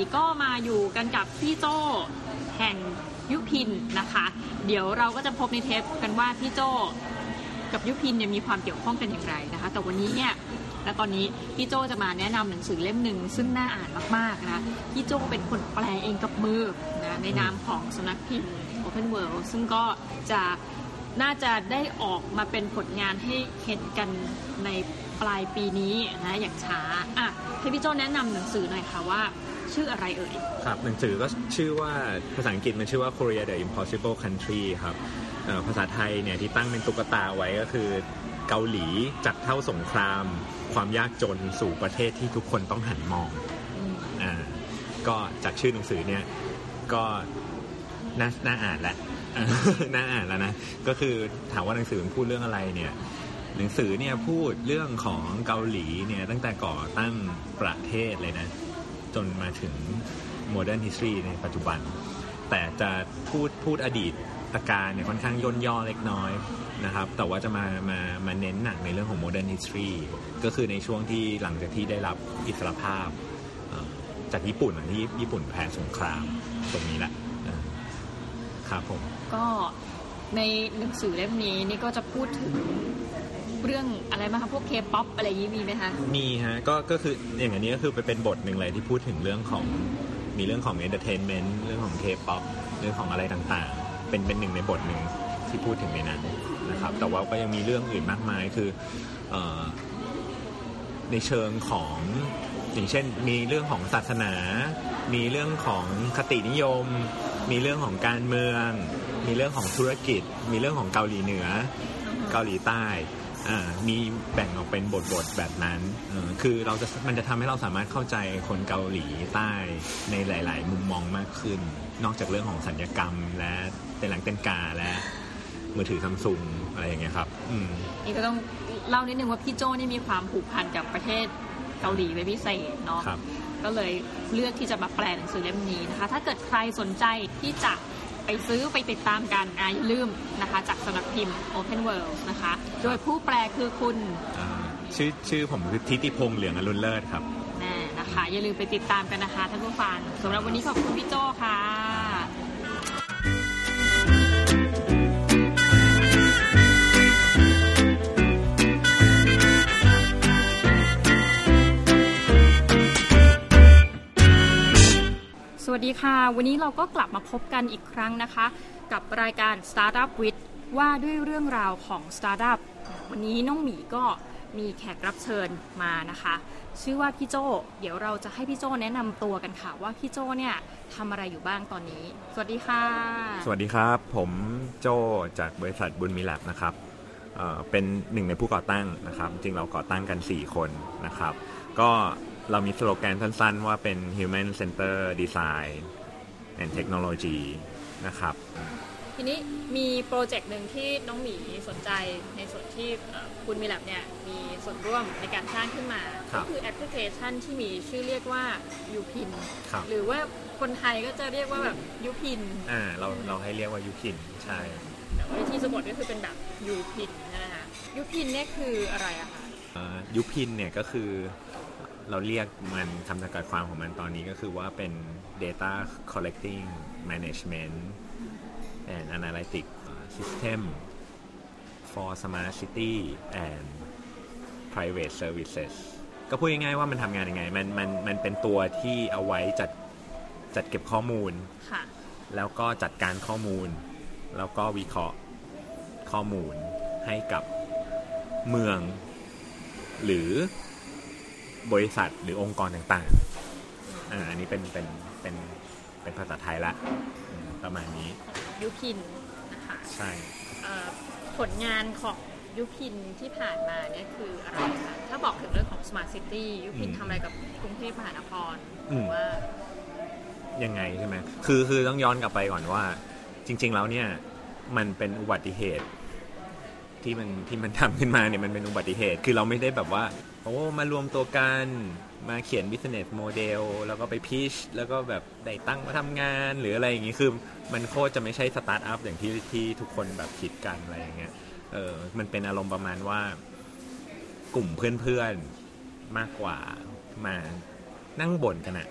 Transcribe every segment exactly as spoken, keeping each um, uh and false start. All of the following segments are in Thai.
ก็มาอยู่กันกับพี่โจ้แห่งยุพินนะคะเดี๋ยวเราก็จะพบในเทปกันว่าพี่โจ้กับยุพินเนี่ยมีความเกี่ยวข้องกันอย่างไรนะคะแต่วันนี้เนี่ยและตอนนี้พี่โจ้จะมาแนะนำหนังสือเล่มหนึ่งซึ่งน่าอ่านมากๆนะพี่โจ้เป็นคนแปลเองกับมือนะในนามของสำนักพิมพ์ Open World ซึ่งก็จะน่าจะได้ออกมาเป็นผลงานให้เห็นกันในปลายปีนี้นะอย่างช้าอ่ะให้พี่โจ้แนะนำหนังสือหน่อยค่ะว่าชื่ออะไรเอ่ยครับหนังสือก็ชื่อว่าภาษาอังกฤษมันชื่อว่า Korea the Impossible Country ครับภาษาไทยเนี่ยที่ตั้งเป็นตุ๊กตาไว้ก็คือเกาหลีจัดเท่าสงครามความยากจนสู่ประเทศที่ทุกคนต้องหันมองอ่าก็จากชื่อหนังสือเนี่ยก็น่าน่าอ่านแล้วน่าอ่านแล้วนะก็คือถามว่าหนังสือมันพูดเรื่องอะไรเนี่ยหนังสือเนี่ยพูดเรื่องของเกาหลีเนี่ยตั้งแต่ก่อตั้งประเทศเลยนะจนมาถึง Modern History ในปัจจุบันแต่จะพูดพูดอดีตการเนี่ยค่อนข้างย่นย่อเล็กน้อยนะครับแต่ว่าจะมามามาเน้นหนักในเรื่องของ Modern History ก็คือในช่วงที่หลังจากที่ได้รับอิสรภาพจากญี่ปุ่นที่ญี่ปุ่นแพ้สงครามตรงนี้แหละครับผมก็ในหนังสือเล่มนี้นี่ก็จะพูดถึงเรื่องอะไรบ้างครับพวก K-pop อะไรอย่างนี้มีไหมคะมีฮะก็ก็คืออย่างอันนี้ก็คือไปเป็นบทหนึ่งเลยที่พูดถึงเรื่องของมีเรื่องของ entertainment เรื่องของ K-pop เรื่องของอะไรต่างๆเป็นเป็นหนึ่งในบทหนึ่งที่พูดถึงในนั้นนะครับแต่ว่าก็ยังมีเรื่องอื่นมากมายคือเอ่อในเชิงของอย่างเช่นมีเรื่องของศาสนามีเรื่องของคตินิยมมีเรื่องของการเมืองมีเรื่องของธุรกิจมีเรื่องของเกาหลีเหนือเกาหลีใต้อ่ามีแบ่งออกเป็นบทๆแบบนั้นเออคือเราจะมันจะทำให้เราสามารถเข้าใจคนเกาหลีใต้ในหลายๆมุมมองมากขึ้นนอกจากเรื่องของสัญญกรรมและเต้นหลังเต้นกาและมือถือซัมซุงอะไรอย่างเงี้ยครับอืมนี่ก็ต้องเล่านิดนึงว่าพี่โจ้นี่มีความผูกพันกับประเทศเกาหลีเป็นพิเศษเนาะก็เลยเลือกที่จะมาแปลหนังสือเล่มนี้นะคะถ้าเกิดใครสนใจที่จะไปซื้อไปติดตามกันอย่าลืมนะคะจากสำนักพิมพ์ Open World นะคะโดยผู้แปลคือคุณชื่อชื่อผมคือทิติพงษ์เหลืองอรุณเลิศครับแน่นะคะอย่าลืมไปติดตามกันนะคะท่านผู้ฟังสำหรับวันนี้ขอบคุณพี่โจ้ค่ะสวัสดีค่ะวันนี้เราก็กลับมาพบกันอีกครั้งนะคะกับรายการ Startup with ว่าด้วยเรื่องราวของ Startup วันนี้น้องหมีก็มีแขกรับเชิญมานะคะชื่อว่าพี่โจ้เดี๋ยวเราจะให้พี่โจ้แนะนำตัวกันค่ะว่าพี่โจ้เนี่ยทำอะไรอยู่บ้างตอนนี้สวัสดีค่ะสวัสดีครับผมโจ้จากบริษัทบุญมีแลบนะครับเอ่อเป็นหนึ่งในผู้ก่อตั้งนะครับจริงเราก่อตั้งกันสี่คนนะครับก็เรามีสโลแกนสั้นๆว่าเป็น Human Center Design and Technology นะครับทีนี้มีโปรเจกต์หนึ่งที่น้องหมีสนใจในส่วนที่คุณมีแลบเนี่ยมีส่วนร่วมในการสร้างขึ้นมาก็คือแอปพลิเคชันที่มีชื่อเรียกว่ายูพินหรือว่าคนไทยก็จะเรียกว่าแบบยูพินอ่าเราเราให้เรียกว่ายูพินใช่แต่วิธีสะกดก็คือเป็นแบบยูพินนะคะยูพินเนี่ยคืออะไรอะคะยูพินเนี่ยก็คือเราเรียกมันคำจำกัดความของมันตอนนี้ก็คือว่าเป็น data collecting management and analytics system for smart city and private services ก็พูดง่ายๆว่ามันทำงานยังไงมันมันมันเป็นตัวที่เอาไว้จัดจัดเก็บข้อมูลแล้วก็จัดการข้อมูลแล้วก็วิเคราะห์ข้อมูลให้กับเมืองหรือบริษัทหรือองค์กรต่างๆ อ่า อันนี้เป็นเป็นเป็นเป็นภาษาไทยละประมาณนี้ยุพินนะคะใช่ผลงานของยุพินที่ผ่านมาเนี่ยคืออะไรคะถ้าบอกถึงเรื่องของ Smart City ยุพินทำอะไรกับกรุงเทพมหานครหรือว่ายังไงใช่ไหมคือคือต้องย้อนกลับไปก่อนว่าจริงๆแล้วเนี่ยมันเป็นอุบัติเหตุที่มันที่มันทำขึ้นมาเนี่ยมันเป็นอุบัติเหตุคือเราไม่ได้แบบว่าโอ้มารวมตัวกันมาเขียน business model แล้วก็ไป pitch แล้วก็แบบได้ตั้งมาทำงานหรืออะไรอย่างงี้คือมันโคตรจะไม่ใช่สตาร์ทอัพอย่างที่ที่ทุกคนแบบคิดกันอะไรอย่างเงี้ยเออมันเป็นอารมณ์ประมาณว่ากลุ่มเพื่อนๆมากกว่ามานั่งบ่นกันอะค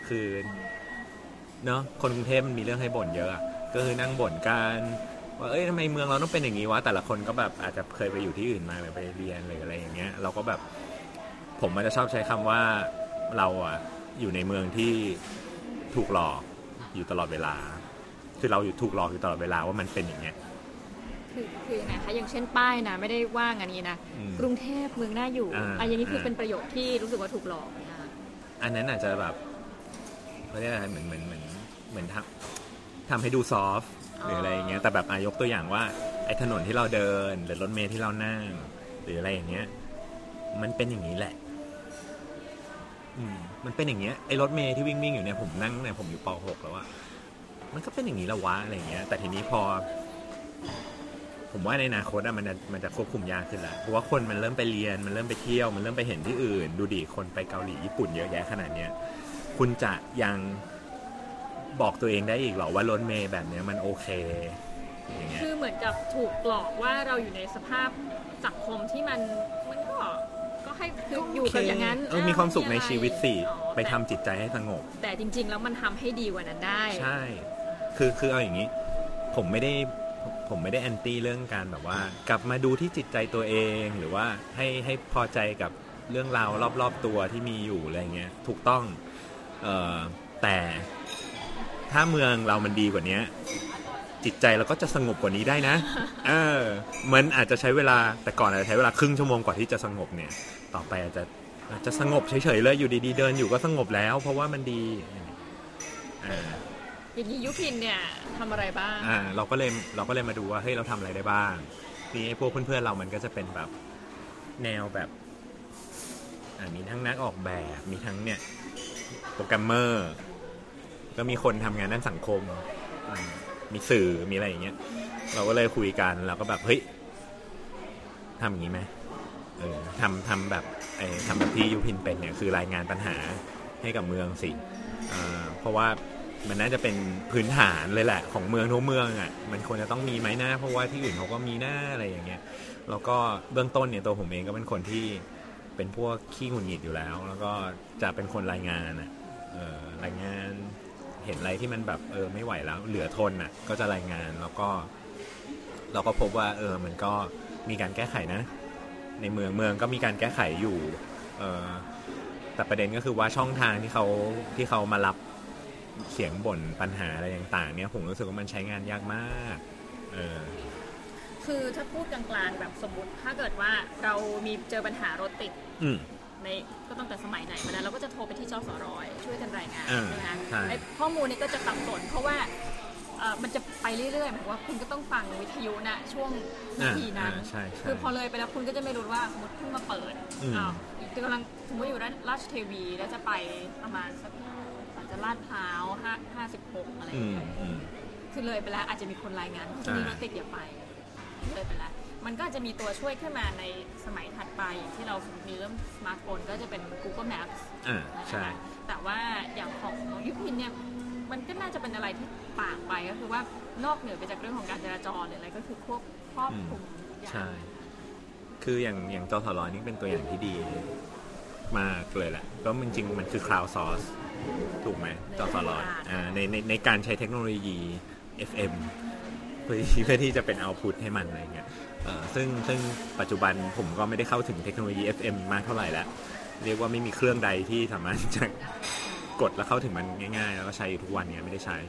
คือเนาะคนกรุงเทพมันมีเรื่องให้บ่นเยอะก็คือนั่งบ่นกันว่าเอ้ยทำไมเมืองเราต้องเป็นอย่างนี้วะแต่ละคนก็แบบอาจจะเคยไปอยู่ที่อื่นมาหรือไปเรียนหรืออะไรอย่างเงี้ยเราก็แบบผมมันจะชอบใช้คำว่าเราอ่ะอยู่ในเมืองที่ถูกหลอกอยู่ตลอดเวลาคือเราอยู่ถูกหลอกอยู่ตลอดเวลาว่ามันเป็นอย่างเงี้ยคือคือไงคะอย่างเช่นป้ายนะไม่ได้ว่างอันนี้นะกรุงเทพเมืองน่าอยู่อันอย่างนี้คือเป็นประโยคที่รู้สึกว่าถูกหลอกนะคะอันนั้นอาจจะแบบเขาเรียกอะไรเหมือนเหมือนเหมือนเหมือนทำทำให้ดูซอฟต์หรืออะไรอย่างเงี้ยแต่แบบอายกตัวอย่างว่าไอ้ถนนที่เราเดินหรือรถเมล์ที่เรานั่งหรืออะไรอย่างเงี้ยมันเป็นอย่างนี้แหละอืมมันเป็นอย่างเงี้ยไอ้รถเมล์ที่วิ่งวิ่งอยู่เนี่ยผมนั่งเนี่ยผมอยู่ป หกแล้วอะมันก็เป็นอย่างนี้ละวะอะไรอย่างเงี้ยแต่ทีนี้พอผมว่าในอนาคตอะมันจะมันจะควบคุมยากขึ้นแล้วเพราะว่าคนมันเริ่มไปเรียนมันเริ่มไปเที่ยวมันเริ่มไปเห็นที่อื่นดูดิคนไปเกาหลีญี่ปุ่นเยอะแยะขนาดเนี้ยคุณจะยังบอกตัวเองได้อีกเหรอว่ารถเมล์แบบนี้มันโอเคอย่างเงี้ยคือเหมือนกับถูกหลอกว่าเราอยู่ในสภาพสังคมที่มันมันก็ก็ให้คืออยู่แบบอย่างนั้นเออมีความสุขในชีวิตสิไปทำจิตใจให้สงบแต่จริงๆแล้วมันทำให้ดีกว่านั้นได้ใช่คือคือเอาอย่างนี้ผมไม่ได้ผมไม่ได้แอนตี้เรื่องการแบบว่ากลับมาดูที่จิตใจตัวเองหรือว่าให้ให้พอใจกับเรื่องราวรอบๆตัวที่มีอยู่อะไรเงี้ยถูกต้องเอ่อแต่ถ้าเมืองเรามันดีกว่านี้จิตใจเราก็จะสงบกว่านี้ได้นะเออมันอาจจะใช้เวลาแต่ก่อนอาจจะใช้เวลาครึ่งชั่วโมงกว่าที่จะสงบเนี่ยต่อไปอาจจะอาจจะสงบเฉยๆเลยอยู่ดีๆเดินอยู่ก็สงบแล้วเพราะว่ามันดีอ่าอย่างนี้ยุพินเนี่ยทำอะไรบ้างอ่าเราก็เลยเราก็เลยมาดูว่าเฮ้ยเราทำอะไรได้บ้างนี่ไอ้พวกเพื่อนๆเรามันก็จะเป็นแบบแนวแบบอ่ามีทั้งนักออกแบบมีทั้งเนี่ยโปรแกรมเมอร์ก็มีคนทำงานด้านสังคมมีสื่อมีอะไรอย่างเงี้ยเราก็เลยคุยกันเราก็แบบเฮ้ยทำอย่างนี้ไหมเออทำทำแบบไอ้ทำแบบที่ยุพินเป็นเนี่ยคือรายงานปัญหาให้กับเมืองสิอ่าเพราะว่ามันน่าจะเป็นพื้นฐานเลยแหละของเมืองทุกเมืองอ่ะมันควรจะต้องมีไหมนะเพราะว่าที่อื่นเขาก็มีหน้าอะไรอย่างเงี้ยแล้วก็เบื้องต้นเนี่ยตัวผมเองก็เป็นคนที่เป็นพวกขี้หงุดหงิดอยู่แล้วแล้วก็จะเป็นคนรายงานอ่ะเออรายงานเห็นอะไรที่มันแบบเออไม่ไหวแล้วเหลือทนอ่ะก็จะรายงานแล้วก็เราก็พบว่าเออมันก็มีการแก้ไขนะในเมืองเมืองก็มีการแก้ไขอยู่เออแต่ประเด็นก็คือว่าช่องทางที่เขาที่เขามารับเสียงบ่นปัญหาอะไรต่างๆเนี่ยผมรู้สึกว่ามันใช้งานยากมากเออคือถ้าพูดกลางๆแบบสมมติถ้าเกิดว่าเรามีเจอปัญหารถติดในก็ตั้งแต่สมัยไหนมาแล้วเราก็จะโทรไปที่จสรช่วยกันรายงานใช่ไหมคะไอ้ข้อมูลนี้ก็จะสับสนเพราะว่ามันจะไปเรื่อยๆหมายว่าคุณก็ต้องฟังวิทยุนะช่วงนาทีนั้นคือพอเลยไปแล้วคุณก็จะไม่รู้ว่าสมมติเพิ่งมาเปิดอ้าวคือกำลังสมมติอยู่ราชเทวีแล้วจะไปประมาณสักอาจจะลาดพร้าวห้าห้าสิบหกอะไรอย่างเงี้ยคือเลยไปแล้วอาจจะมีคนรายงานที่นี่รถติดอย่าไปเลยไปแล้วมันก็จะมีตัวช่วยขึ้นมาในสมัยถัดไปที่เรามีเริ่มสมาร์ทโฟนก็จะเป็น Google Maps นะคะแต่ว่าอย่างของยุพินเนี่ยมันก็น่าจะเป็นอะไรที่ต่างไปก็คือว่านอกเหนือไปจากเรื่องของการจราจรหรืออะไรก็คือควบครอบคลุมใช่คืออย่างอย่างจสรนี่เป็นตัวอย่างที่ดีมากเลยแหละก็จริงๆมันคือ crowd source ถูกไหมจสรอ่าในในในการใช้เทคโนโลยี เอฟ เอ็ม เพื่อเพื่อที่จะเป็น output ให้มันอะไรเงี้ยเอ่อซึ่งซึ่งปัจจุบันผมก็ไม่ได้เข้าถึงเทคโนโลยี เอฟ เอ็ม มากเท่าไหร่แล้วเรียกว่าไม่มีเครื่องใดที่สามารถจะกดแล้วเข้าถึงมันง่ายๆแล้วก็ใช้อยู่ทุกวันเนี้ยไม่ได้ใช้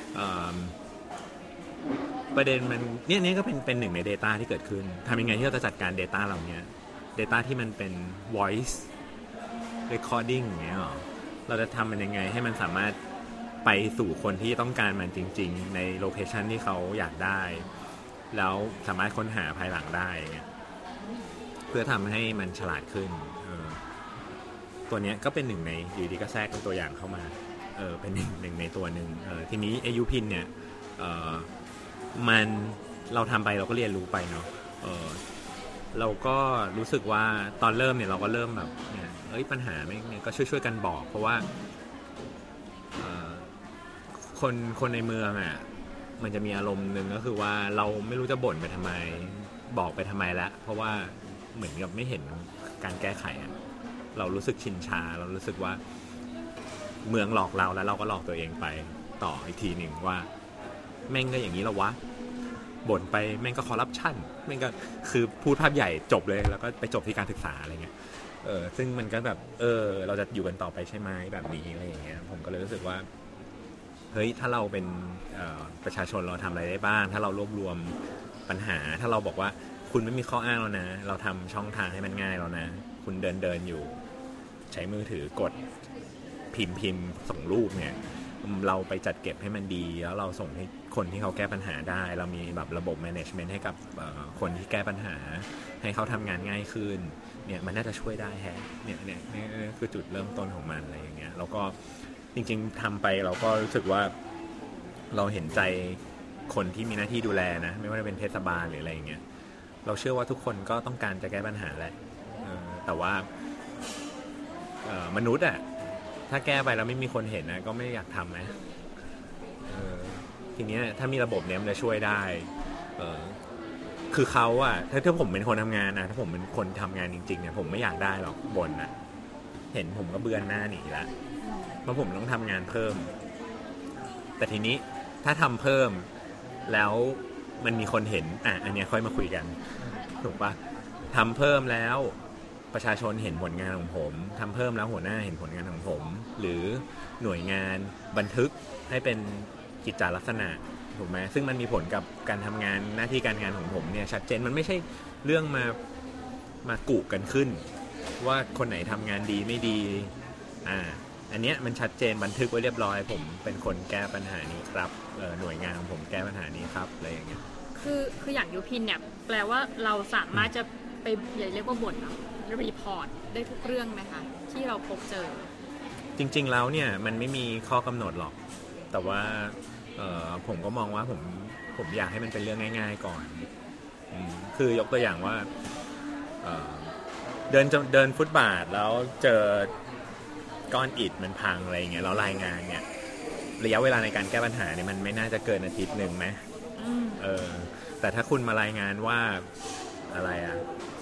ประเด็นมันเนี่ยนี่ก็เป็นเป็นหนึ่งใน data ที่เกิดขึ้นทำยังไงที่เราจะจัดการ data เหล่านี้ data ที่มันเป็น voice recording อย่างเงี้ยหรอเราจะทำมันยังไงให้มันสามารถไปสู่คนที่ต้องการมันจริงๆในโลเคชันที่เขาอยากได้แล้วสามารถค้นหาภายหลังได้เงี้ยเพื่อทำให้มันฉลาดขึ้นเออตัวนี้ก็เป็นหนึ่งในอยู่ดีก็แทรกเป็นตัวอย่างเข้ามาเออเป็นหนึ่งหนึ่งในตัวหนึ่งเออทีนี้ไอยูพินเนี่ยเออมันเราทำไปเราก็เรียนรู้ไปเนาะเออเราก็รู้สึกว่าตอนเริ่มเนี่ยเราก็เริ่มแบบเนี่ยเอ้ยปัญหาไม่เนี่ยก็ช่วยๆกันบอกเพราะว่าคนคนในเมืองอ่ะมันจะมีอารมณ์หนึ่งก็คือว่าเราไม่รู้จะบ่นไปทำไมบอกไปทำไมละเพราะว่าเหมือนกับไม่เห็นการแก้ไขอ่ะเรารู้สึกชินชาเรารู้สึกว่าเมืองหลอกเราแล้วเราก็หลอกตัวเองไปต่ออีกทีหนึ่งว่าแม่งก็อย่างนี้แล้ววะบ่นไปแม่งก็คอร์รัปชันแม่งก็คือพูดภาพใหญ่จบเลยแล้วก็ไปจบที่การศึกษาอะไรเงี้ยเออซึ่งมันก็แบบเออเราจะอยู่กันต่อไปใช่ไหมแบบนี้อะไรอย่างเงี้ยผมก็เลยรู้สึกว่าเฮ้ยถ้าเราเป็นประชาชนเราทำอะไรได้บ้างถ้าเรารวบรวมปัญหาถ้าเราบอกว่าคุณไม่มีข้ออ้างแล้วนะเราทำช่องทางให้มันง่ายแล้วนะคุณเดินเดินอยู่ใช้มือถือกดพิมพ์พิมพ์ส่งรูปเนี่ยเราไปจัดเก็บให้มันดีแล้วเราส่งให้คนที่เขาแก้ปัญหาได้เรามีแบบระบบ management ให้กับคนที่แก้ปัญหาให้เขาทำงานง่ายขึ้นเนี่ยมันน่าจะช่วยได้แฮะเนี่ยเนี่ยนี่คือจุดเริ่มต้นของมันอะไรอย่างเงี้ยแล้วก็จริงๆทำไปเราก็รู้สึกว่าเราเห็นใจคนที่มีหน้าที่ดูแลนะไม่ว่าจะเป็นเทศบาลหรืออะไรอย่างเงี้ยเราเชื่อว่าทุกคนก็ต้องการจะแก้ปัญหาแหละแต่ว่ามนุษย์อะถ้าแก้ไปแล้วไม่มีคนเห็นนะก็ไม่อยากทำนะทีนี้ถ้ามีระบบเนี้ยมันจะช่วยได้คือเขาอะถ้าถ้าผมเป็นคนทำงานนะถ้าผมเป็นคนทำงานจริงๆเนี่ยผมไม่อยากได้หรอกบ่นนะเห็นผมก็เบือนหน้าหนีละเพราะผมต้องทำงานเพิ่มแต่ทีนี้ถ้าทำเพิ่มแล้วมันมีคนเห็นอ่ะอันเนี้ยค่อยมาคุยกันถูกปะทำเพิ่มแล้วประชาชนเห็นผลงานของผมทำเพิ่มแล้วหัวหน้าเห็นผลงานของผมหรือหน่วยงานบันทึกให้เป็นกิจจลักษณะถูกไหมซึ่งมันมีผลกับการทำงานหน้าที่การงานของผมเนี่ยชัดเจนมันไม่ใช่เรื่องมามากุกันขึ้นว่าคนไหนทำงานดีไม่ดีอ่าอันเนี้ยมันชัดเจนบันทึกไว้เรียบร้อยผมเป็นคนแก้ปัญหานี้ครับหน่วยงานของผมแก้ปัญหานี้ครับอะไรอย่างเงี้ยคือคืออย่างยุพินเนี่ยแปลว่าเราสามารถจะไปอย่าเรียกว่าบ่นเนาะรีพอร์ตได้ทุกเรื่องไหมคะที่เราพบเจอจริงๆแล้วเนี่ยมันไม่มีข้อกำหนดหรอกแต่ว่าผมก็มองว่าผมผมอยากให้มันเป็นเรื่องง่ายๆก่อนคือยกตัวอย่างว่าเดินเดินฟุตบาทแล้วเจอก้อนอิฐมันพังอะไรอย่างเงี้ยแล้วรายงานเนี่ยระยะเวลาในการแก้ปัญหาเนี่ยมันไม่น่าจะเกินอาทิตย์หนึ่งไหมเออแต่ถ้าคุณมารายงานว่าอะไรอะ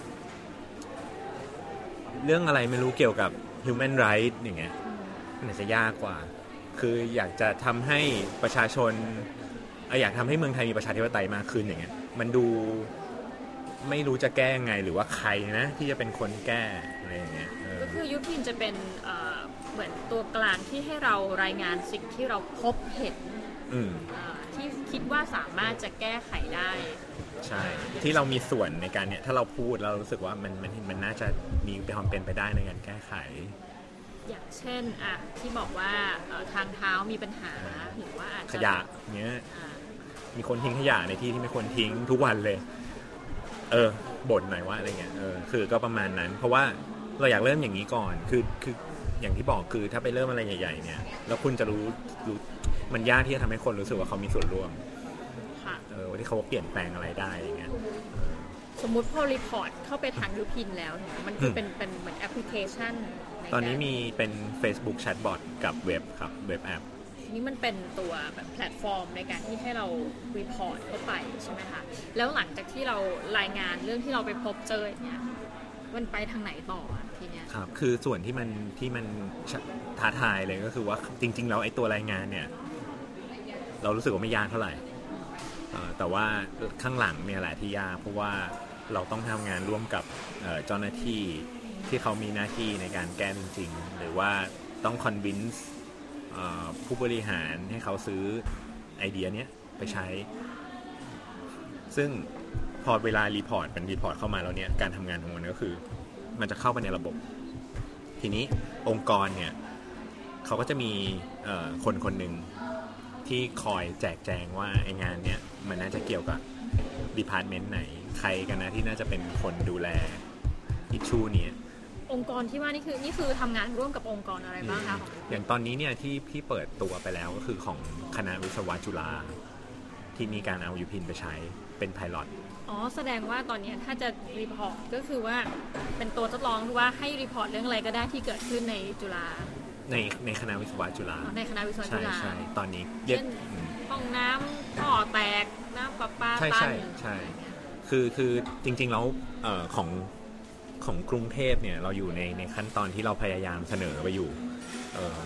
เรื่องอะไรไม่รู้เกี่ยวกับ human rights อย่างเงี้ยมันอาจจะยากกว่าคืออยากจะทำให้ประชาชนอยากทำให้เมืองไทยมีประชาธิปไตยมากขึ้นอย่างเงี้ยมันดูไม่รู้จะแก้ไงหรือว่าใครนะที่จะเป็นคนแก้อะไรอย่างเงี้ยก็คือยุพินจะเป็นเหมือนตัวกลางที่ให้เรารายงานสิ่งที่เราพบเห็นที่คิดว่าสามารถจะแก้ไขได้ใช่ที่เรามีส่วนในการเนี่ยถ้าเราพูดเรารู้สึกว่ามันมันมันน่าจะมีความเป็นไปได้ในการแก้ไขอย่างเช่นอ่ะที่บอกว่าทางเท้ามีปัญหาหรือว่าขยะเนี้ยมีคนทิ้งขยะในที่ที่ไม่ควรทิ้งทุกวันเลยเออบ่นหน่อยว่าอะไรเงี้ยเออคือก็ประมาณนั้นเพราะว่าเราอยากเริ่มอย่างนี้ก่อนคือคืออย่างที่บอกคือถ้าไปเริ่มอะไรใหญ่ๆเนี่ยแล้วคุณจะรู้รู้มันยากที่จะทำให้คนรู้สึกว่าเขามีส่วนร่วมเออที่เขาเปลี่ยนแปลงอะไรได้อย่างเงี้ยสมมุติพอรีพอร์ตเข้าไปทางยุพินแล้วเนี่ยมันคือเป็นเป็นเหมือนแอปพลิเคชันตอนนี้มีเป็น Facebook Chatbot กับเว็บครับเว็บแอปนี่มันเป็นตัวแบบแพลตฟอร์มในการที่ให้เรารีพอร์ตเข้าไปใช่ไหมคะแล้วหลังจากที่เรารายงานเรื่องที่เราไปพบเจออย่างเงี้ยมันไปทางไหนต่อทีเนี้ยครับคือส่วนที่มันที่มันท้าทายเลยก็คือว่าจริงๆแล้วไอ้ตัวรายงานเนี่ยเรารู้สึกว่าไม่ยากเท่าไหร่แต่ว่าข้างหลังเนี่ยแหละที่ยากเพราะว่าเราต้องทำงานร่วมกับเจ้าหน้าที่ที่เขามีหน้าที่ในการแก้จริงๆหรือว่าต้องคอนวินส์ผู้บริหารให้เขาซื้อไอเดียนี้ไปใช้ซึ่งพอเวลารีพอร์ตเป็นรีพอร์ตเข้ามาแล้วเนี่ยการทำงานของมันก็คือมันจะเข้าไปในระบบทีนี้องค์กรเนี่ยเขาก็จะมีคนคนหนึ่งที่คอยแจกแจงว่าไองานเนี่ยมันน่าจะเกี่ยวกับดีพาร์ตเมนต์ไหนใครกันนะที่น่าจะเป็นคนดูแลอิชชูนี้องค์กรที่ว่านี่คือนี่คือทำงานร่วมกับองค์กรอะไรบ้างคะอย่างตอนนี้เนี่ยที่ที่เปิดตัวไปแล้วก็คือของคณะวิศวะจุฬาที่มีการเอายุพินไปใช้เป็นไพลอตอ๋อแสดงว่าตอนนี้ถ้าจะรีพอร์ตก็คือว่าเป็นตัวทดลองคือว่าให้รีพอร์ตเรื่องอะไรก็ได้ที่เกิดขึ้นในจุฬาในในคณะวิศวะจุฬาในคณะวิศวะจุฬาใช่ใช่ตอนนี้เช่นห้องน้ำท่อแตกน้ำประปาตันใช่ใช่คือคือจริงๆแล้วเอ่อของของกรุงเทพเนี่ยเราอยู่ในในขั้นตอนที่เราพยายามเสนอไปอยู่เอ่อ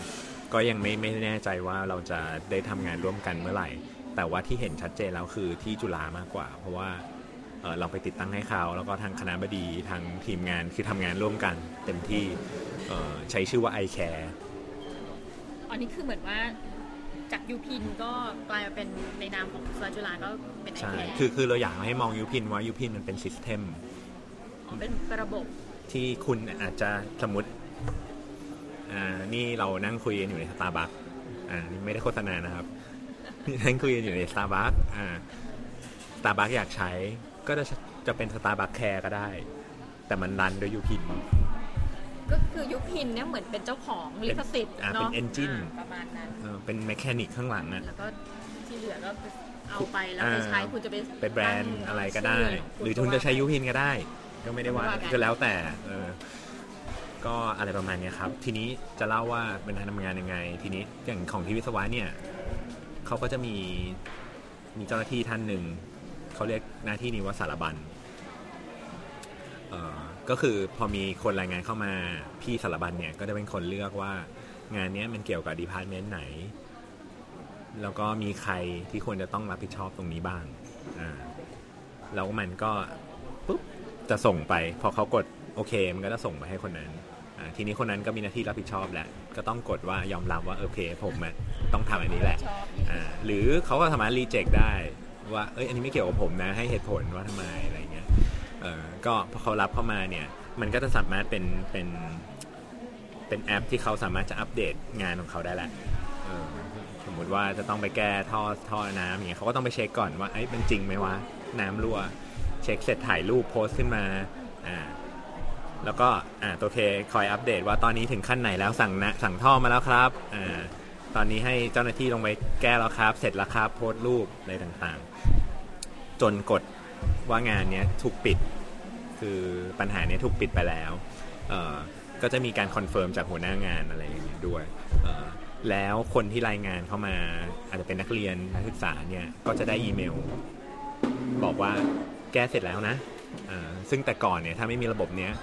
ก็ยังไม่ไม่แน่ใจว่าเราจะได้ทำงานร่วมกันเมื่อไหร่แต่ว่าที่เห็นชัดเจนแล้วคือที่จุฬามากกว่าเพราะว่าเอ่อเราไปติดตั้งให้เขาแล้วก็ทางคณบดีทางทีมงานคือทำงานร่วมกันเต็มที่เอ่อใช้ชื่อว่า iCare อันนี้คือเหมือนว่าจากยูพินก็กลายมาเป็นในนามของสภาจุฬาก็เป็น iCare ใช่คือคือเราอยากให้มองยูพินว่ายูพินมันเป็นซิสเต็มเป็นระบบที่คุณอาจจะสมมติอ่านี่เรานั่งคุยกันอยู่ใน Starbucks อ่านี่ไม่ได้โฆษณานะครับนั่งคุยกันอยู่ใน Starbucks อ่า Starbucks อยากใช้ก็จะจะเป็น Starbucks Care ก็ได้แต่มันรันโดยยูพินก็คือยูพินเนี่ยเหมือนเป็นเจ้าของลิขสิทธิ์เนาะเป็นเอนจินประมาณนั้นเป็นแมคานิกข้างหลังอ่ะแล้วก็ที่เหลือก็เอาไปแล้วไปใช้คุณจะไปไปแบรนด์อะไรก็ได้หรือคุณจะใช้ยูพินก็ได้ก็ไม่ได้ว่าก็แล้วแต่เออก็อะไรประมาณนี้ครับทีนี้จะเล่าว่าเป็นการทำงานยังไงทีนี้อย่างของที่วิศวะเนี่ยเขาก็จะมีมีเจ้าหน้าที่ท่านหนึ่งเขาเรียกหน้าที่นี้ว่าสารบัญเอ่อก็คือพอมีคนรายงานเข้ามาพี่สารบัญเนี่ยก็จะเป็นคนเลือกว่างานนี้มันเกี่ยวกับดีพาร์ตเมนต์ไหนแล้วก็มีใครที่ควรจะต้องรับผิดชอบตรงนี้บ้างอ่าแล้วมันก็ปุ๊บจะส่งไปพอเขากดโอเคมันก็จะส่งไปให้คนนั้นทีนี้คนนั้นก็มีหน้าที่รับผิดชอบแหละก็ต้องกดว่ายอมรับว่าโอเคผมต้องทำอันนี้แหละหรือเขาก็สามารถรีเจ็คได้ว่าเอ้ยอันนี้ไม่เกี่ยวกับผมนะให้เหตุผลว่าทำไมอะไรเงี้ยเออก็พอเขารับเข้ามาเนี่ยมันก็จะสามารถเป็นเป็นเป็นแอปที่เขาสามารถจะอัปเดตงานของเขาได้แหละสมมุติว่าจะต้องไปแก้ท่อท่อน้ำอย่างเงี้ยเขาก็ต้องไปเช็คก่อนว่าไอ้เป็นจริงไหมวะน้ำรั่วเช็คเสร็จถ่ายรูปโพสต์ขึ้นมาอ่าแล้วก็อ่าตัวเคคอยอัปเดตว่าตอนนี้ถึงขั้นไหนแล้วสั่งนะสั่งท่อมาแล้วครับอ่าตอนนี้ให้เจ้าหน้าที่ลงไปแก้แล้วครับเสร็จแล้วครับโพสต์รูปอะไรต่างๆจนกดว่างานนี้ถูกปิดคือปัญหานี้ถูกปิดไปแล้วเอ่อก็จะมีการคอนเฟิร์มจากหัวหน้างานอะไรอย่างนี้ด้วยเอ่อแล้วคนที่รายงานเข้ามาอาจจะเป็นนักเรียนนักศึกษาเนี่ยก็จะได้อีเมลบอกว่าแก้เสร็จแล้วนะอ่าซึ่งแต่ก่อนเนี่ยถ้าไม่มีระบบเนี้ย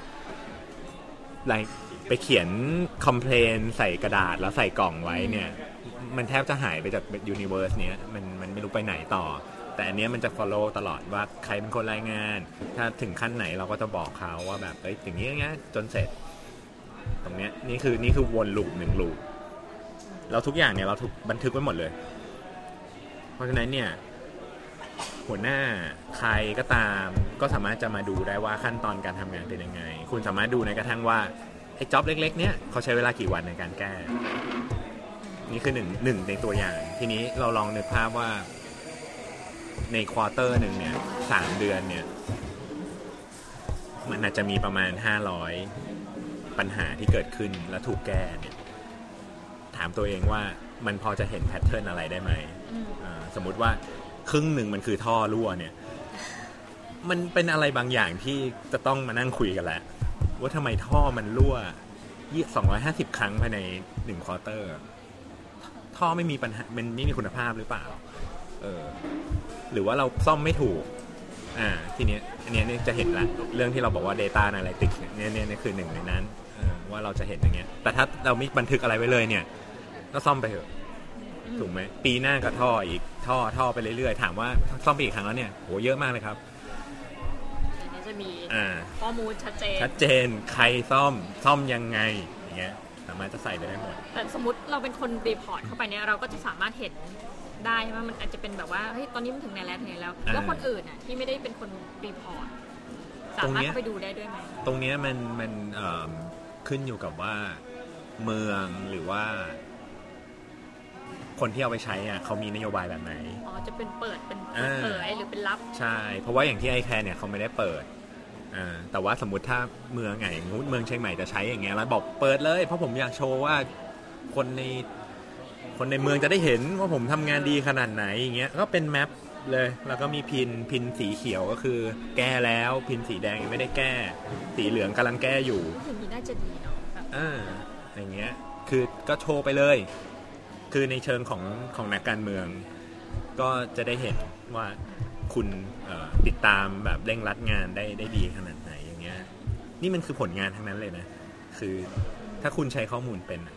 ไปเขียนคอมเพลนใส่กระดาษแล้วใส่กล่องไว้เนี่ยมันแทบจะหายไปจากยูนิเวอร์สเนี้ยมันมันไม่รู้ไปไหนต่อแต่อันนี้มันจะ follow ตลอดว่าใครเป็นคนรายงานถ้าถึงขั้นไหนเราก็จะบอกเขาว่าแบบเอ้ยอย่างนี้อย่างเงี้ยจนเสร็จตรงเนี้ยนี่คือนี่คือวนลูปหนึ่งลูปเราทุกอย่างเนี่ยเราถูกบันทึกไว้หมดเลยเพราะฉะนั้นเนี่ยหัวหน้าใครก็ตามก็สามารถจะมาดูได้ว่าขั้นตอนการทำงานเป็นยังไงคุณสามารถดูในกระทั่งว่าไอ้จ็อบเล็กๆเนี้ยเขาใช้เวลากี่วันในการแก้นี่คือหนึ่งหนึ่งในตัวอย่างทีนี้เราลองนึกภาพว่าในควอเตอร์หนึ่งเนี่ยสามเดือนเนี่ยมันอาจจะมีประมาณห้าร้อยปัญหาที่เกิดขึ้นและถูกแก้เนี่ยถามตัวเองว่ามันพอจะเห็นแพทเทิร์นอะไรได้ไหมสมมุติว่าครึ่งหนึ่งมันคือท่อรั่วเนี่ยมันเป็นอะไรบางอย่างที่จะต้องมานั่งคุยกันแหละว่าทำไมท่อมันรั่วสองร้อยห้าสิบครั้งภายในหนึ่งควอเตอร์ท่อไม่มีปัญหามันไม่มีคุณภาพหรือเปล่าเออหรือว่าเราซ่อมไม่ถูกอ่าทีเนี้ยอันเนี้ยจะเห็นละเรื่องที่เราบอกว่า data analytics เนี่ยเนี่ยเนี่ยคือหนึ่งในนั้นเออว่าเราจะเห็นอย่างเงี้ยแต่ถ้าเราไม่บันทึกอะไรไว้เลยเนี่ยก็ซ่อมไปเถอะถูกไหมปีหน้าก็ท่ออีกท่อท่อไปเรื่อยๆถามว่าซ่อมไปอีกครั้งแล้วเนี่ยโหเยอะมากเลยครับอันนี้จะมีข้อมูลชัดเจนชัดเจนใครซ่อมซ่อมยังไงอย่างเงี้ยสามารถจะใส่ไปได้หมดแต่สมมติเราเป็นคนรีพอร์ตเข้าไปเนี่ยเราก็จะสามารถเห็นได้ใช่ไหมมันอาจจะเป็นแบบว่าเฮ้ยตอนนี้มันถึงไหนแล้วถึงไหนแล้วแล้วคนอื่นอ่ะที่ไม่ได้เป็นคนรีพอร์ตสามารถเข้าไปดูได้ด้วยไหมตรงนี้มันมันขึ้นอยู่กับว่าเมืองหรือว่าคนที่เอาไปใช้อ่ะเขามีนโยบายแบบไหนอ๋อจะเป็นเปิดเป็นเผยหรือเป็นลับใช่เพราะว่าอย่างที่ iCare เนี่ยเขาไม่ได้เปิดอ่าแต่ว่าสมมุติถ้าเมืองไงงูเมืองเชียงใหม่จะใช้อย่างเงี้ยแล้วบอกเปิดเลยเพราะผมอยากโชว์ว่าคนในคนในเมืองจะได้เห็นว่าผมทำงานดีขนาดไหนอย่างเงี้ยก็เป็นแมปเลยแล้วก็มีพินพินสีเขียวก็คือแก้แล้วพินสีแดงยังไม่ได้แก้สีเหลืองกำลังแก้อยู่อย่างนี้น่าจะดีเนาะอ่าอย่างเงี้ยคือก็โชว์ไปเลยคือในเชิงของของนักการเมืองก็จะได้เห็นว่าคุณติดตามแบบเร่งรัดงานได้ได้ดีขนาดไหนอย่างเงี้ยนี่มันคือผลงานทั้งนั้นเลยนะคือถ้าคุณใช้ข้อมูลเป็น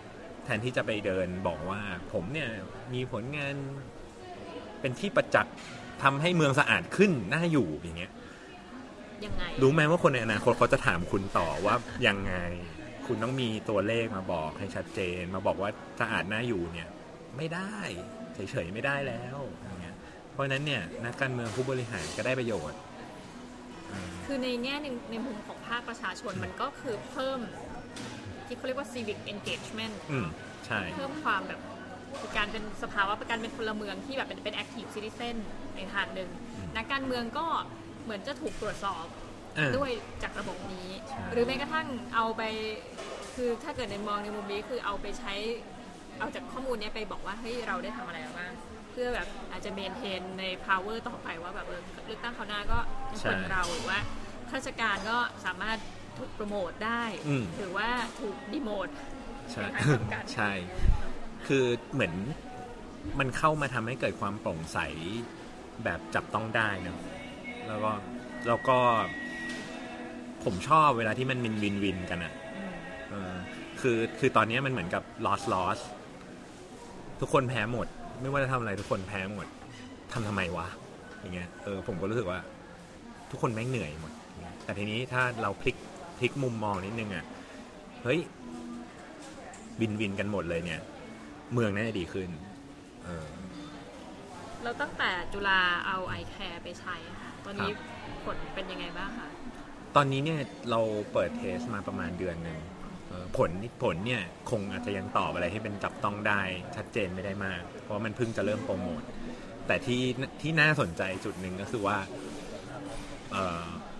แทนที่จะไปเดินบอกว่าผมเนี่ยมีผลงานเป็นที่ประจักษ์ทำให้เมืองสะอาดขึ้นน่าอยู่อย่างเงี้ยยังไงรู้ไหมว่าคนในอนาคตเขาจะถามคุณต่อว่ายังไงคุณต้องมีตัวเลขมาบอกให้ชัดเจนมาบอกว่าสะอาดน่าอยู่เนี่ยไม่ได้เฉยๆไม่ได้แล้วอย่างเงี้ยเพราะนั้นเนี่ยนักการเมืองผู้บริหารก็ได้ประโยชน์คือในแง่ในในมุมของภาคประชาชนมันก็คือเพิ่มที่เขาเรียกว่า civic engagement อืมใช่เพิ่มความแบบการเป็นสภาวะการเป็นพลเมืองที่แบบเป็นเป็น active citizen ในทางหนึ่งนักการเมืองก็เหมือนจะถูกตรวจสอบด้วยจากระบบนี้หรือแม้กระทั่งเอาไปคือถ้าเกิดในมองในมุมนี้คือเอาไปใช้เอาจากข้อมูลนี้ไปบอกว่าเฮ้ยเราได้ทำอะไรบ้างเพื่อแบบอาจจะเมนเทนใน power ต่อไปว่าแบบเออเลือกตั้งคราวหน้าก็คนเราหรือว่าข้าราชการก็สามารถถูกโปรโมทได้หรือว่าถูกดีโมทใช่ใช่คือเหมือนมันเข้ามาทำให้เกิดความโปร่งใสแบบจับต้องได้เนอะแล้วก็แล้วก็ผมชอบเวลาที่มันมินวินวินกันอ่ะเออคือคือตอนนี้มันเหมือนกับ loss loss ทุกคนแพ้หมดไม่ว่าจะทำอะไรทุกคนแพ้หมดทำทำไมวะอย่างเงี้ยเออผมก็รู้สึกว่าทุกคนแม่งเหนื่อยหมดแต่ทีนี้ถ้าเราพลิกพลิกมุมมองนิดนึงอ่ะเฮ้ยวินวินกันหมดเลยเนี่ยเมืองน่าจะดีขึ้นเออเราตั้งแต่จุฬาเอาไอแคร์ไปใช้ค่ะตอนนี้ผลเป็นยังไงบ้างคะตอนนี้เนี่ยเราเปิดเทสมาประมาณเดือนนึงผลผลเนี่ยคงอาจจะยังตอบอะไรที่เป็นจับต้องได้ชัดเจนไม่ได้มากเพราะมันเพิ่งจะเริ่มโปรโมทแต่ที่ที่น่าสนใจจุดหนึ่งก็คือว่าเอ่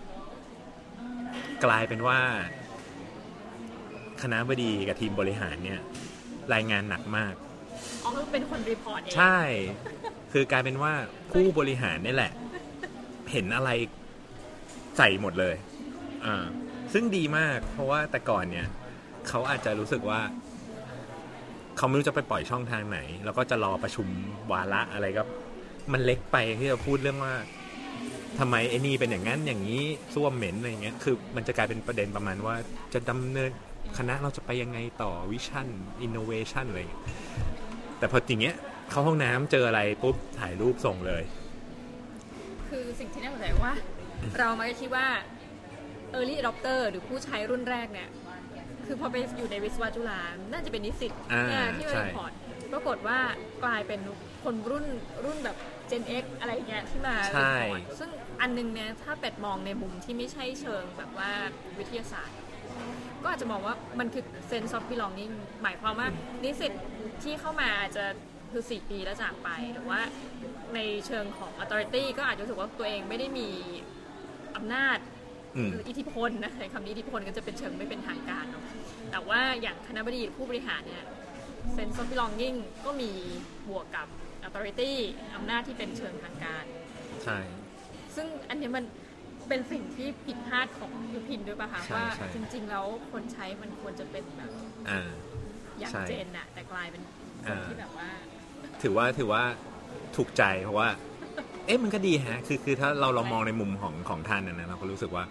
อกลายเป็นว่าคณบดีกับทีมบริหารเนี่ยรายงานหนักมากอ๋อคือเป็นคนรีพอร์ตเองใช่คือกลายเป็นว่าผู้บริหารนี่แหละเห็นอะไรใส่หมดเลยอ่าซึ่งดีมากเพราะว่าแต่ก่อนเนี่ยเขาอาจจะรู้สึกว่าเขาไม่รู้จะไปปล่อยช่องทางไหนแล้วก็จะรอประชุมวาระอะไรก็มันเล็กไปที่จะพูดเรื่องว่าทำไมไอ้นี่เป็นอย่างนั้นอย่างนี้ส้วมเหม็นอะไรเงี้ยคือมันจะกลายเป็นประเด็นประมาณว่าจะดำเนินคณะเราจะไปยังไงต่อวิชั่นอินโนเวชั่นอะไรแต่พออย่างเงี้ยเข้าห้องน้ำเจออะไรปุ๊บถ่ายรูปส่งเลยคือสิ่งที่น่าสนใจว่าเรามักจะคิดว่า early adopter หรือผู้ใช้รุ่นแรกเนี่ยคือพอไปอยู่ในวิศวะจุฬาน่าจะเป็นนิสิตเนี่ยที่รีพอร์ตปรากฏว่ากลายเป็นคนรุ่นรุ่นแบบ Gen X อะไรเงี้ยที่มารีพอร์ตซึ่งอันนึงเนี่ยถ้าเป็ดมองในมุมที่ไม่ใช่เชิงแบบว่าวิทยาศาสตร์ก็อาจจะมองว่ามันคือ sense of belonging หมายความว่านิสิตที่เข้ามาอาจจะคือสี่ปีแล้วจากไปหรือว่าในเชิงของ authority ก็อาจจะรู้สึกว่าตัวเองไม่ได้มีอำนาจหรืออิทธิพลนะคำนี้อิทธิพลก็จะเป็นเชิงไม่เป็นทางการเนาะแต่ว่าอย่างคณบดีผู้บริหารเนี่ย sense of belonging ก็มีบวกกับ authority อำนาจที่เป็นเชิงทางการใช่ซึ่งอันนี้มันเป็นสิ่งที่ผิดพลาดของยุพินด้วยป่ะคะว่าจริงๆแล้วคนใช้มันควรจะเป็นแบบอย่างเจนน่ะแต่กลายเป็นคนที่แบบว่าถือว่าถือว่าถูกใจเพราะว่าเอ๊ะมันก็ดีฮะคือคือถ้าเราเรามองในมุมของของท่านนะเราก็รู้สึกว่า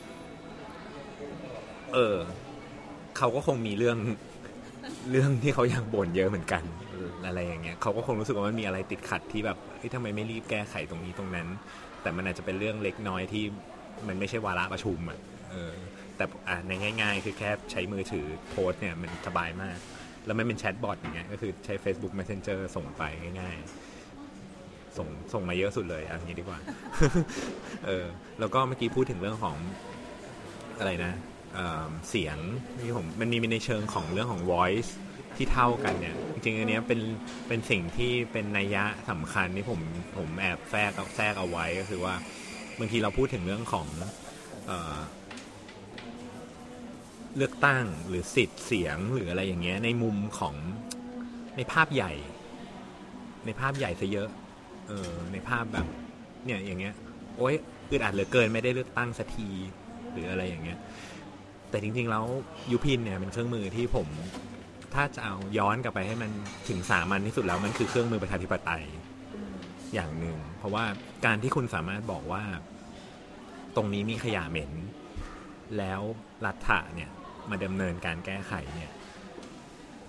เออเขาก็คงมีเรื่องเรื่องที่เขาอยากบ่นเยอะเหมือนกันอะไรอย่างเงี้ยเขาก็คงรู้สึกว่ามันมีอะไรติดขัดที่แบบเฮ้ยทำไมไม่รีบแก้ไขตรงนี้ตรงนั้นแต่มันอาจจะเป็นเรื่องเล็กน้อยที่มันไม่ใช่วาระประชุมอ่ะเออแต่อ่ะในง่ายๆคือแค่ใช้มือถือโพสเนี่ยมันสบายมากแล้วมันเป็นแชทบอทอย่างเงี้ยก็คือใช้ Facebook Messenger ส่งไปง่ายๆส่งส่งมาเยอะสุดเลยอย่างนี้ดีกว่า เออแล้วก็เมื่อกี้พูดถึงเรื่องของอะไรนะเอ่อเสียงที่ผมมันมีในเชิงของเรื่องของ voice ที่เท่ากันเนี่ยจริงๆอันนี้เป็นเป็นสิ่งที่เป็นนัยยะสำคัญที่ผมผมแอบแทรกแทรกเอาไว้ก็คือว่าบางทีเราพูดถึงเรื่องของเอ่อเลือกตั้งหรือสิทธิ์เสียงหรืออะไรอย่างเงี้ยในมุมของในภาพใหญ่ในภาพใหญ่ซะเยอะเออในภาพแบบเนี่ยอย่างเงี้ยโอ๊ยอึดอัดเหลือเกินไม่ได้เลือกตั้งสักทีหรืออะไรอย่างเงี้ยแต่จริงๆแล้วยุพินเนี่ยเป็นเครื่องมือที่ผมถ้าจะเอาย้อนกลับไปให้มันถึงสามัญที่สุดแล้วมันคือเครื่องมือประชาธิปไตยอย่างหนึ่งเพราะว่าการที่คุณสามารถบอกว่าตรงนี้มีขยะเหม็นแล้วรัฐะเนี่ยมาดำเนินการแก้ไขเนี่ย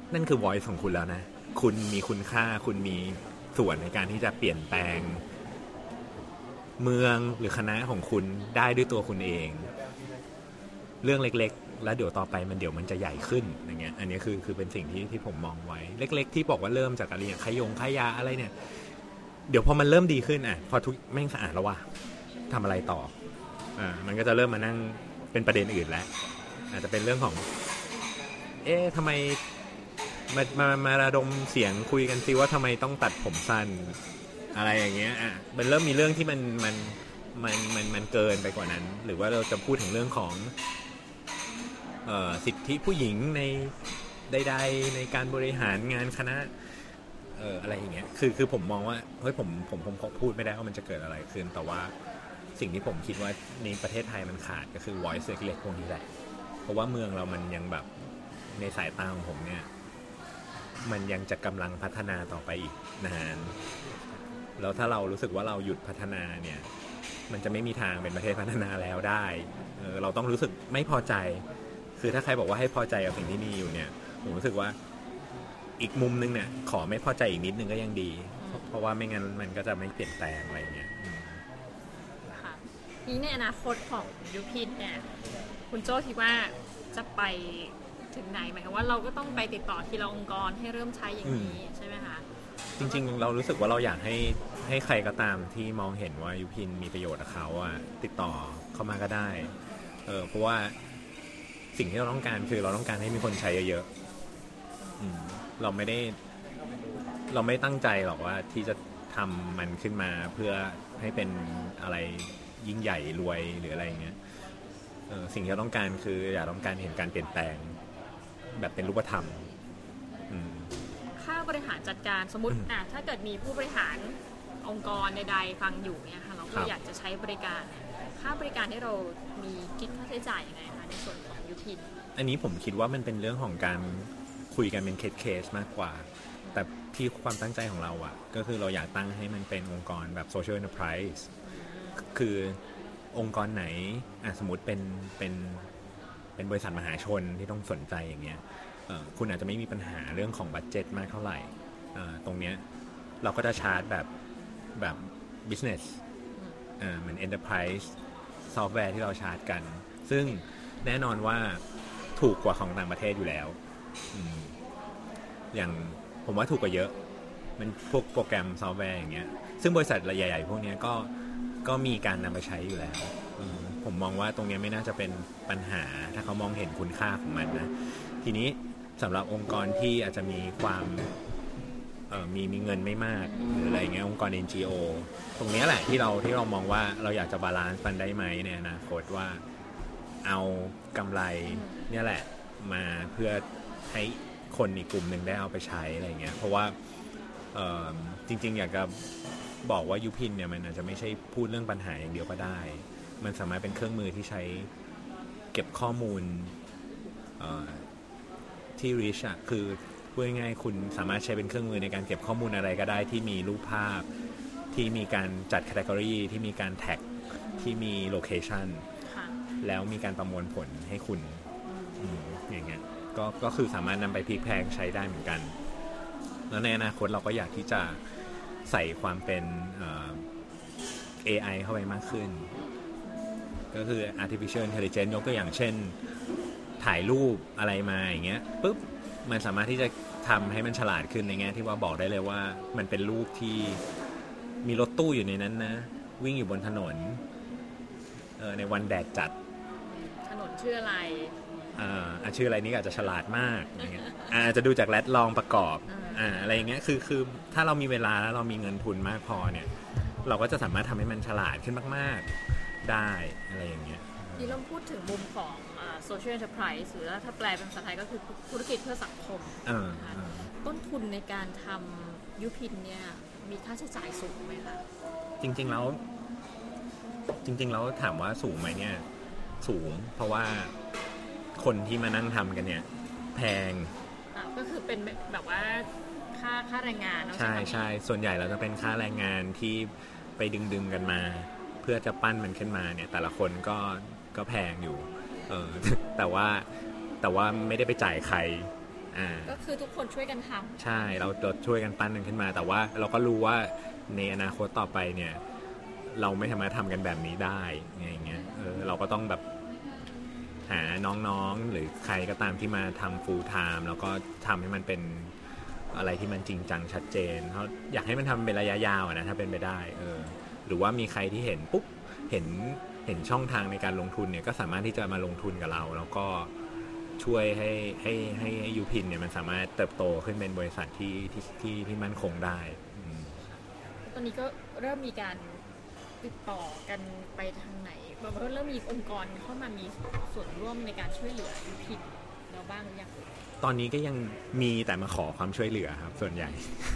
นั่นคือ voice ของคุณแล้วนะคุณมีคุณค่าคุณมีส่วนในการที่จะเปลี่ยนแปลงเมืองหรือคณะของคุณได้ด้วยตัวคุณเองเรื่องเล็กๆแล้วเดี๋ยวต่อไปมันเดี๋ยวมันจะใหญ่ขึ้นอย่างเงี้ยอันนี้คือคือเป็นสิ่งที่ที่ผมมองไว้เล็กๆที่บอกว่าเริ่มจากอะไรอย่างขยงขยะอะไรเนี่ยเดี๋ยวพอมันเริ่มดีขึ้นอ่ะพอทุกแม่งสะอาดแล้วว่ะทำอะไรต่ออ่ามันก็จะเริ่มมานั่งเป็นประเด็นอื่นแล้วอาจจะเป็นเรื่องของเอ๊ะทำไมมามามาระดมเสียงคุยกันซิว่าทำไมต้องตัดผมสั้นอะไรอย่างเงี้ยอ่ะมันเริ่มมีเรื่องที่มันมันมันมันมันเกินไปกว่านั้นหรือว่าเราจะพูดถึงเรื่องของเอ่อสิทธิผู้หญิงในใดๆในการบริหารงานคณะเอ่ออะไรอย่างเงี้ยคือคือผมมองว่าเฮ้ยผมผมผมพูดไม่ได้ว่ามันจะเกิดอะไรขึ้นแต่ว่าสิ่งที่ผมคิดว่าในประเทศไทยมันขาดก็คือ voice เล็กๆพวกนี้แหละเพราะว่าเมืองเรามันยังแบบในสายตาของผมเนี่ยมันยังจะกำลังพัฒนาต่อไปอีกนานแล้วถ้าเรารู้สึกว่าเราหยุดพัฒนาเนี่ยมันจะไม่มีทางเป็นประเทศพัฒนาแล้วได้เออเราต้องรู้สึกไม่พอใจคือถ้าใครบอกว่าให้พอใจกับสิ่งที่มีอยู่เนี่ยผมรู้สึกว่าอีกมุมนึงเนี่ยขอไม่พอใจอีกนิดนึงก็ยังดีเพราะว่าไม่งั้นมันก็จะไม่เปลี่ยนแปลงอะไรอย่างเงี้ยค่ะนี้ในอนาคตของยุพินเนี่ยคุณโจ้คิดว่าจะไปถึงไหนหมายความว่าเราก็ต้องไปติดต่อทีละองค์กรให้เริ่มใช้อย่างนี้ใช่ไหมคะจริงๆเรารู้สึกว่าเราอยากให้ให้ใครก็ตามที่มองเห็นว่ายุพินมีประโยชน์กับเขาอะติดต่อเข้ามาก็ได้เออเพราะว่าสิ่งที่เราต้องการคือเราต้องการให้มีคนใช้เยอะๆเราไม่ได้เราไม่ตั้งใจหรอกว่าที่จะทำมันขึ้นมาเพื่อให้เป็นอะไรยิ่งใหญ่รวยหรืออะไรอย่างเงี้ยเออสิ่งที่เราต้องการคืออยากต้องการเห็นการเปลี่ยนแปลงแบบเป็นรูปธรรมค่าบริหารจัดการสมมติอ่ะถ้าเกิดมีผู้บริหารองค์กรใดๆฟังอยู่เนี่ยค่ะเราก็อยากจะใช้บริการค่าบริการที่เรามีคิดค่าใช้จ่ายยังไงคะในส่วนของยุพินอันนี้ผมคิดว่ามันเป็นเรื่องของการคุยกันเป็นเคสๆมากกว่าแต่ที่ความตั้งใจของเราอ่ะก็คือเราอยากตั้งให้มันเป็นองค์กรแบบ social enterprise คือองค์กรไหนอ่ะสมมติเป็นเป็นเป็นบริษัทมหาชนที่ต้องสนใจอย่างเงี้ยคุณอาจจะไม่มีปัญหาเรื่องของบัดเจ็ตมากเท่าไหร่ตรงเนี้ยเราก็จะชาร์จแบบแบบ business เหมือน enterprise ซอฟต์แวร์ที่เราชาร์จกันซึ่งแน่นอนว่าถูกกว่าของต่างประเทศอยู่แล้วอย่างผมว่าถูกกว่าเยอะมันพวกโปรแกรมซอฟต์แวร์อย่างเงี้ยซึ่งบริษัทใหญ่ๆพวกนี้ก็ก็มีการนำไปใช้อยู่แล้วผมมองว่าตรงนี้ไม่น่าจะเป็นปัญหาถ้าเขามองเห็นคุณค่าของมันนะทีนี้สำหรับองค์กรที่อาจจะมีความเอ่อมีมีเงินไม่มากหรืออะไรเงี้ยองค์กร เอ็น จี โอ ตรงนี้แหละที่เราที่เรามองว่าเราอยากจะบาลานซ์มันได้ไหมในอนาคตว่าเอากำไรเนี่ยแหละมาเพื่อให้คนอีกกลุ่มหนึ่งได้เอาไปใช้อะไรเงี้ยเพราะว่าเอ่อจริงๆอยากจะบอกว่ายุพินเนี่ยมันอาจจะไม่ใช่พูดเรื่องปัญหาอย่างเดียวก็ได้มันสามารถเป็นเครื่องมือที่ใช้เก็บข้อมูลที่ rich อ่ะคือพูดง่ายๆคุณสามารถใช้เป็นเครื่องมือในการเก็บข้อมูลอะไรก็ได้ที่มีรูปภาพที่มีการจัด category ที่มีการ tag ที่มี location แล้วมีการประมวลผลให้คุณอย่างเงี้ยก็ก็คือสามารถนำไปพลิกแพลงใช้ได้เหมือนกันแล้วในอนาคตเราก็อยากที่จะใส่ความเป็น เอไอ เข้าไปมากขึ้นก็คือ artificial intelligence ยกตัวอย่างเช่นถ่ายรูปอะไรมาอย่างเงี้ยปุ๊บมันสามารถที่จะทำให้มันฉลาดขึ้นในแง่ที่ว่าบอกได้เลยว่ามันเป็นรูปที่มีรถตู้อยู่ในนั้นนะวิ่งอยู่บนถนนเออในวันแดดจัดถนนชื่ออะไรอ่าชื่ออะไรนี่อาจจะฉลาดมากอย่างเงี้ยอาจจะดูจากแรดลองประกอบอ่าอะไรอย่างเงี้ยคือคือถ้าเรามีเวลาแล้วเรามีเงินทุนมากพอเนี่ยเราก็จะสามารถทำให้มันฉลาดขึ้นมากๆได้อะไรอย่างเงี้ยนี่เราพูดถึงมุมของ social enterprise หรือถ้าแปลเป็นภาษาไทยก็คือธุรกิจเพื่อสังคมนะคะต้นทุนในการทำยุพินเนี่ยมีค่าใช้จ่ายสูงไหมคะจริงๆแล้วจริงๆแล้วถามว่าสูงไหมเนี่ยสูงเพราะว่าคนที่มานั่งทำกันเนี่ยแพงก็คือเป็นแบบว่าค่าค่าแรงงานใช่ใช่ส่วนใหญ่เราจะเป็นค่าแรงงานที่ไปดึงๆกันมาเพื่อจะปั้นมันขึ้นมาเนี่ยแต่ละคนก็ก็แพงอยู่เออแต่ว่าแต่ว่าไม่ได้ไปจ่ายใครอ่าก็คือทุกคนช่วยกันทำใช่เราเราช่วยกันปั้นมันขึ้นมาแต่ว่าเราก็รู้ว่าในอนาคตต่อไปเนี่ยเราไม่สามารถทำกันแบบนี้ได้อย่างเงี้ยเออเราก็ต้องแบบหาน้องๆหรือใครก็ตามที่มาทำ full time แล้วก็ทำให้มันเป็นอะไรที่มันจริงจังชัดเจนเขาอยากให้มันทำเป็นระยะยาวนะถ้าเป็นไปได้เออหรือว่ามีใครที่เห็นปุ๊บเห็นเห็นช่องทางในการลงทุนเนี่ยก็สามารถที่จะมาลงทุนกับเราแล้วก็ช่วยให้ให้ให้ยูพินเนี่ยมันสามารถเติบโตขึ้นเป็นบริษัทที่ที่ที่ที่มั่นคงได้ตอนนี้ก็เริ่มมีการติดต่อกันไปทางไหนแบบว่าเริ่มมีองค์กรเข้ามามีส่วนร่วมในการช่วยเหลือยูพินเราบ้างหรือยังตอนนี้ก็ยังมีแต่มาขอความช่วยเหลือครับส่วนใหญ่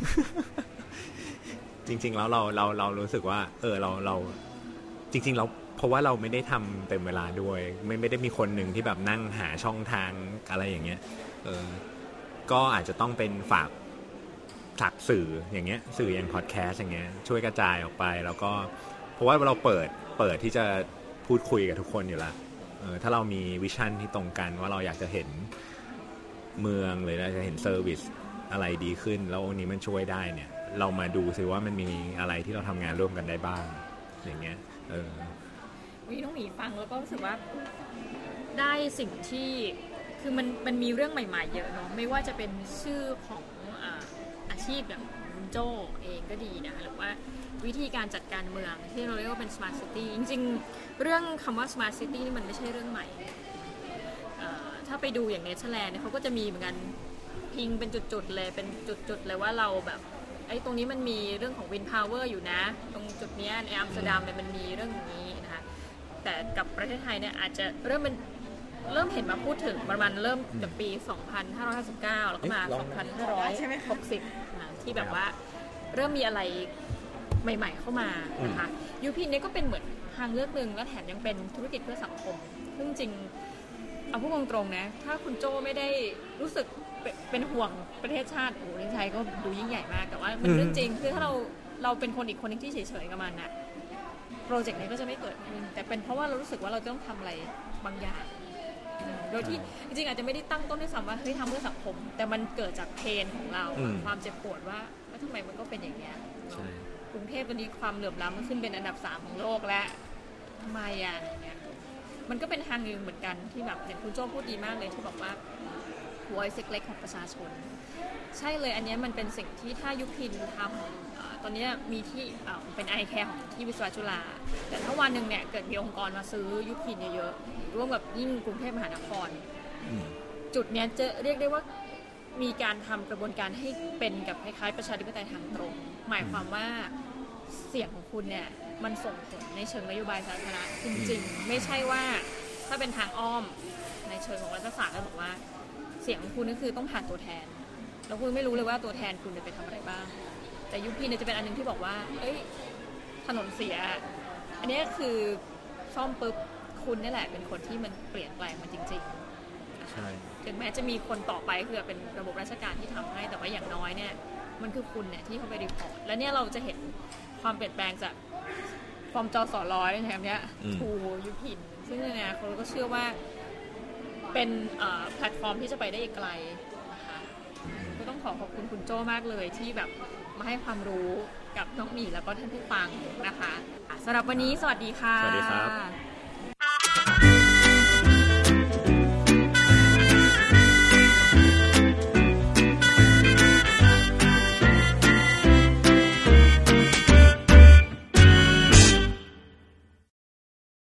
จริงๆแล้วเราเราเรารู้สึกว่าเออเราเราจริงๆเราเพราะว่าเราไม่ได้ทำเต็มเวลาด้วยไม่ไม่ได้มีคนหนึ่งที่แบบนั่งหาช่องทางอะไรอย่างเงี้ยเออก็อาจจะต้องเป็นฝากฝากสื่ออย่างเงี้ยสื่ออย่างพอดแคสต์อย่างเงี้ยช่วยกระจายออกไปแล้วก็เพราะว่าเราเปิดเปิดที่จะพูดคุยกับทุกคนอยู่แล้วเออถ้าเรามีวิชั่นที่ตรงกันว่าเราอยากจะเห็นเมืองหรือเราจะเห็นเซอร์วิสอะไรดีขึ้นแล้วอันนี้มันช่วยได้เนี่ยเรามาดูซิว่ามันมีอะไรที่เราทำงานร่วมกันได้บ้างอย่างเงี้ยเออวิน้องหมีฟังแล้วก็รู้สึกว่าได้สิ่งที่คือมันมันมีเรื่องใหม่ๆเยอะเนาะไม่ว่าจะเป็นชื่อของอ่าอาชีพอย่างคุณโจเองก็ดีนะคะหรือว่าวิธีการจัดการเมืองที่เราเรียกว่าเป็น smart city จริงๆเรื่องคำว่า smart city นี่มันไม่ใช่เรื่องใหม่ถ้าไปดูอย่างเนเธอร์แลนด์เนี่ยเขาก็จะมีเหมือนกันพิงเป็นจุดๆเลยเป็นจุดๆเลยว่าเราแบบไอ้ตรงนี้มันมีเรื่องของ wind power อยู่นะตรงจุดนี้ในอัมสเตอร์ดัมเนี่ยมันมีเรื่องอย่างนี้นะคะแต่กับประเทศไทยเนี่ยอาจจะเริ่มเป็นเริ่มเห็นมาพูดถึงประมาณเริ่มจากปีสองพันห้าร้อยห้าสิบเก้าแล้วก็มาสองพันห้าร้อยหกสิบที่แบบว่าเริ่มมีอะไรใหม่ๆเข้ามานะคะยูพินเนี่ยก็เป็นเหมือนทางเลือกหนึ่งและแถมยังเป็นธุรกิจเพื่อสังคมซึ่งจริงเอาพูดตรงๆนะถ้าคุณโจไม่ได้รู้สึกเป็นห่วงประเทศชาติโอ้ในไทยก็ดูยิ่งใหญ่มากแต่ว่ามันเรื่องจริงคือถ้าเราเราเป็นคนอีกคนนึงที่เฉยๆกับมันน่ะโปรเจกต์นี้ก็จะไม่เกิดขึ้นแต่เป็นเพราะว่าเรารู้สึกว่าเราต้องทำอะไรบางอย่างโดยที่จริงๆอาจจะไม่ได้ตั้งต้นด้วยซ้ำว่าเฮ้ยทำเพื่อสังคมแต่มันเกิดจากเพนของเราความเจ็บปวดว่าแล้วทำไมมันก็เป็นอย่างเงี้ยกรุงเทพวันนี้ความเหลื่อมล้ำมันขึ้นเป็นอันดับสามของโลกและทำไมอ่ะอย่างเงี้ยมันก็เป็นทางนึงเหมือนกันที่แบบอย่างคุณโจ้พูดดีมากเลยที่บอกว่า voice เล็กๆของประชาชนใช่เลยอันนี้มันเป็นสิ่งที่ถ้ายุพินทำตอนนี้มีที่เป็น ไอ แคร์ ของที่วิศวะจุฬาแต่ถ้าวันหนึ่งเนี่ยเกิดมีองค์กรมาซื้อยุพินเยอะๆร่วมกับยิ่งกรุงเทพมหานครจุดนี้จะเรียกได้ว่ามีการทำกระบวนการให้เป็นกับคล้ายๆประชาธิปไตยทางตรงหมายความว่าเสียงของคุณเนี่ยมันส่งผลในเชิงนโยบายสาธารณะจริงๆไม่ใช่ว่าถ้าเป็นทางอ้อมในเชิงของรัฐศาสตร์ก็บอกว่าเสียงของคุณก็คือต้องผ่านตัวแทนแล้วคุณไม่รู้เลยว่าตัวแทนคุณจะไปทำอะไรบ้างแต่ยุพินจะเป็นอันนึงที่บอกว่าเอ้ยถนนเสียอันนี้คือซ่อมปุ๊บคุณนี่แหละเป็นคนที่มันเปลี่ยนแปลงมันจริงๆใช่ถึงแม้จะมีคนต่อไปคือเป็นระบบราชการที่ทำให้แต่ว่าอย่างน้อยเนี่ยมันคือคุณเนี่ยที่เขาไปรีพอร์ตแล้วเนี่ยเราจะเห็นความเปลี่ยนแปลงจากฟอร์มจอสอร้อยแถมเนี้ยทูยุพินซึ่งเนี่ยเขาก็เชื่อว่าเป็นแพลตฟอร์มที่จะไปได้อีกไกลนะคะก็ต้องขอขอบคุณคุณโจ้มากเลยที่แบบมาให้ความรู้กับน้องหมีแล้วก็ท่านผู้ฟังนะคะสำหรับวันนี้สวัสดีค่ะสวัสดีครับ